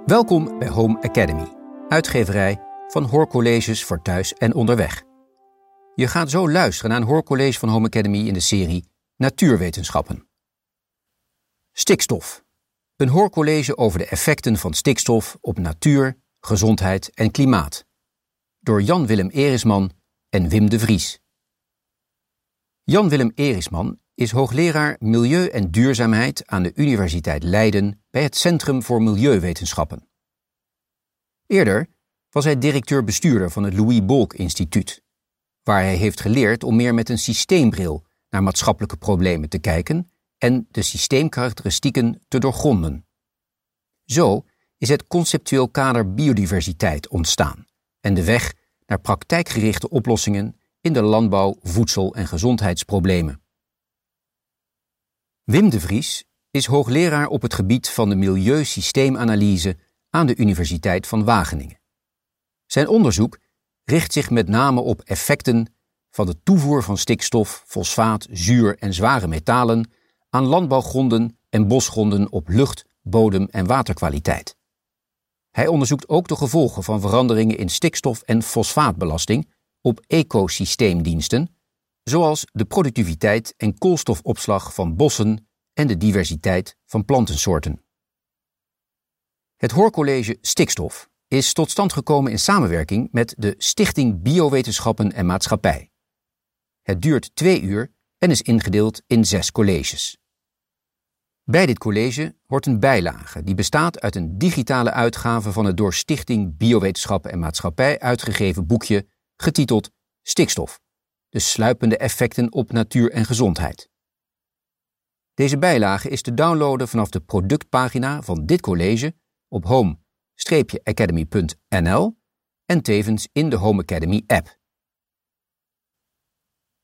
Welkom bij Home Academy, uitgeverij van hoorcolleges voor thuis en onderweg. Je gaat zo luisteren naar een hoorcollege van Home Academy in de serie Natuurwetenschappen. Stikstof. Een hoorcollege over de effecten van stikstof op natuur, gezondheid en klimaat. Door Jan-Willem Erisman en Wim de Vries. Jan-Willem Erisman is hoogleraar Milieu en Duurzaamheid aan de Universiteit Leiden bij het Centrum voor Milieuwetenschappen. Eerder was hij directeur-bestuurder van het Louis Bolk Instituut, waar hij heeft geleerd om meer met een systeembril naar maatschappelijke problemen te kijken en de systeemkarakteristieken te doorgronden. Zo is het conceptueel kader biodiversiteit ontstaan en de weg naar praktijkgerichte oplossingen in de landbouw, voedsel- en gezondheidsproblemen. Wim de Vries is hoogleraar op het gebied van de milieusysteemanalyse aan de Universiteit van Wageningen. Zijn onderzoek richt zich met name op effecten van de toevoer van stikstof, fosfaat, zuur en zware metalen aan landbouwgronden en bosgronden op lucht, bodem en waterkwaliteit. Hij onderzoekt ook de gevolgen van veranderingen in stikstof- en fosfaatbelasting op ecosysteemdiensten, zoals de productiviteit en koolstofopslag van bossen en de diversiteit van plantensoorten. Het hoorcollege Stikstof is tot stand gekomen in samenwerking met de Stichting Biowetenschappen en Maatschappij. Het duurt 2 uur en is ingedeeld in 6 colleges. Bij dit college hoort een bijlage die bestaat uit een digitale uitgave van het door Stichting Biowetenschappen en Maatschappij uitgegeven boekje getiteld Stikstof, de sluipende effecten op natuur en gezondheid. Deze bijlage is te downloaden vanaf de productpagina van dit college op home-academy.nl en tevens in de Home Academy app.